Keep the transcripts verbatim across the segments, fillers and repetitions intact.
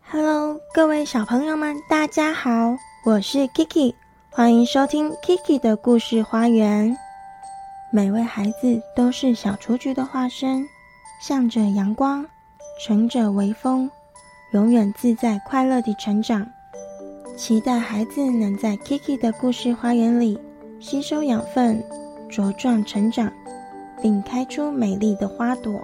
Hello， 各位小朋友们，大家好，我是 Kiki， 欢迎收听 Kiki 的故事花园。每位孩子都是小雏菊的化身，向着阳光，乘着微风，永远自在快乐地成长。期待孩子能在 Kiki 的故事花园里吸收养分，茁壮成长，并开出美丽的花朵。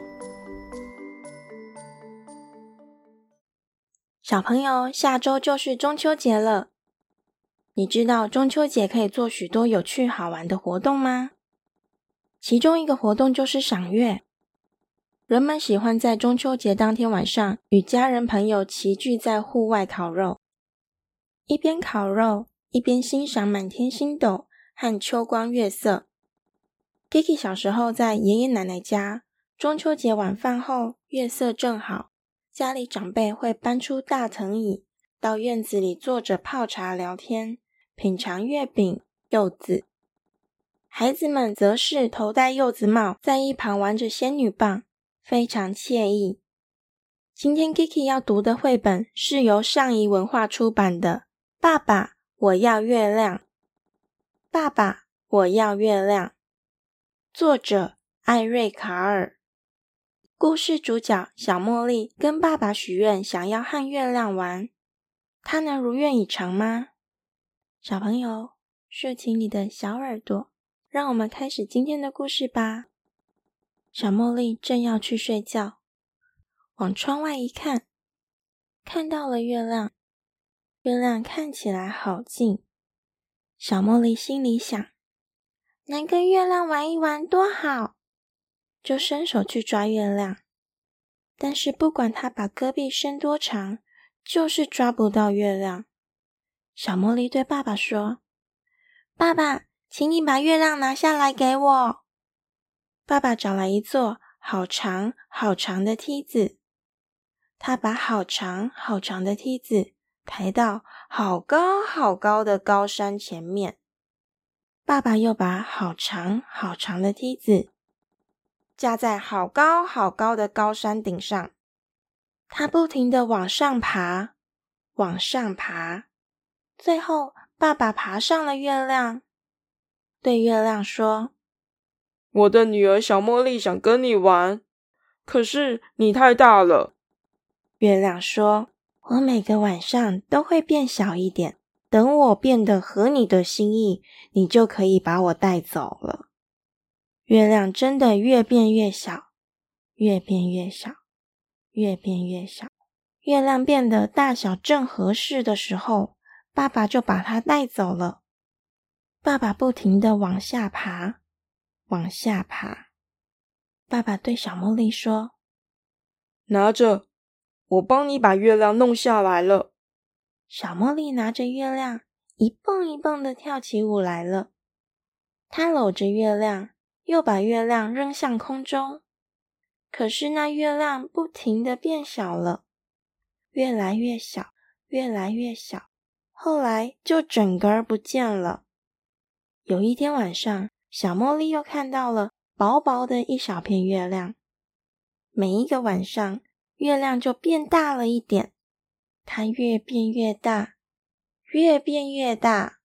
小朋友，下周就是中秋节了。你知道中秋节可以做许多有趣好玩的活动吗？其中一个活动就是赏月。人们喜欢在中秋节当天晚上与家人朋友齐聚在户外烤肉，一边烤肉，一边欣赏满天星斗和秋光月色。Kiki 小时候在爷爷奶奶家，中秋节晚饭后，月色正好，家里长辈会搬出大藤椅，到院子里坐着泡茶聊天，品尝月饼、柚子。孩子们则是头戴柚子帽，在一旁玩着仙女棒，非常惬意。今天 Kiki 要读的绘本是由上誼文化出版的《爸爸，我要月亮》。爸爸，我要月亮。作者艾瑞卡尔。故事主角小茉莉跟爸爸许愿，想要和月亮玩。她能如愿以偿吗？小朋友，竖起你的小耳朵，让我们开始今天的故事吧。小茉莉正要去睡觉，往窗外一看，看到了月亮。月亮看起来好近。小茉莉心里想，能跟月亮玩一玩多好，就伸手去抓月亮。但是不管她把胳臂伸多长，就是抓不到月亮。小茉莉对爸爸说，爸爸，请你把月亮拿下来给我。爸爸找来一座好长好长的梯子，他把好长好长的梯子抬到好高好高的高山前面。爸爸又把好长好长的梯子架在好高好高的高山顶上，他不停地往上爬，往上爬，最后爸爸爬上了月亮，对月亮说， 我的女儿小茉莉想跟你玩，可是你太大了。 月亮说，我每个晚上都会变小一点，等我变得合你的心意，你就可以把我带走了。月亮真的越变越小，越变越小，越变越小。月亮变得大小正合适的时候，爸爸就把它带走了。爸爸不停地往下爬，往下爬。爸爸对小茉莉说， 拿着，我帮你把月亮弄下来了。 小茉莉拿着月亮，一蹦一蹦地跳起舞来了。她搂着月亮，又把月亮扔向空中。可是那月亮不停地变小了，越来越小，越来越小，后来就整个儿不见了。有一天晚上，小茉莉又看到了薄薄的一小片月亮。每一个晚上，月亮就变大了一点，它越变越大，越变越大。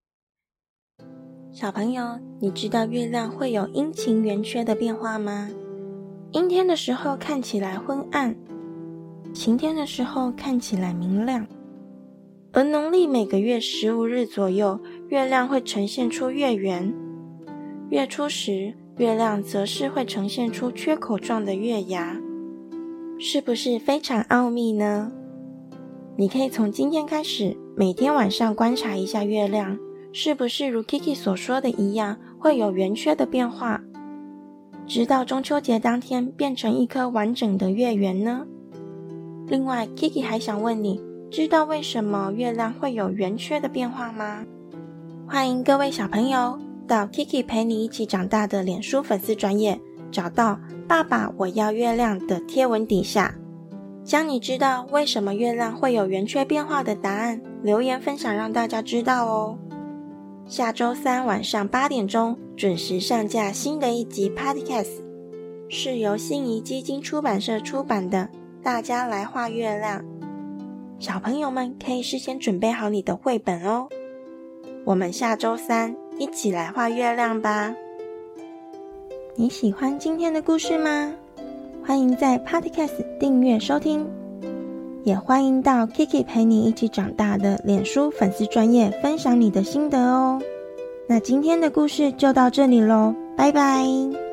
小朋友，你知道月亮会有阴晴圆缺的变化吗？阴天的时候看起来昏暗，晴天的时候看起来明亮。而农历每个月十五日左右，月亮会呈现出月圆。月初时，月亮则是会呈现出缺口状的月牙。是不是非常奥秘呢？你可以从今天开始，每天晚上观察一下月亮，是不是如 Kiki 所说的一样，会有圆缺的变化，直到中秋节当天变成一颗完整的月圆呢？另外 Kiki 还想问你，知道为什么月亮会有圆缺的变化吗？欢迎各位小朋友到 Kiki 陪你一起长大的脸书粉丝专页，找到爸爸我要月亮的贴文底下，将你知道为什么月亮会有圆缺变化的答案留言分享让大家知道哦。下周三晚上八点钟准时上架新的一集 Podcast， 是由信誼基金出版社出版的《大家来画月亮》。 小朋友们可以事先准备好你的绘本哦。我们下周三一起来画月亮吧。你喜欢今天的故事吗？欢迎在 Podcast 订阅收听，也欢迎到 Kiki 陪你一起长大的脸书粉丝专页分享你的心得哦。那今天的故事就到这里咯，拜拜。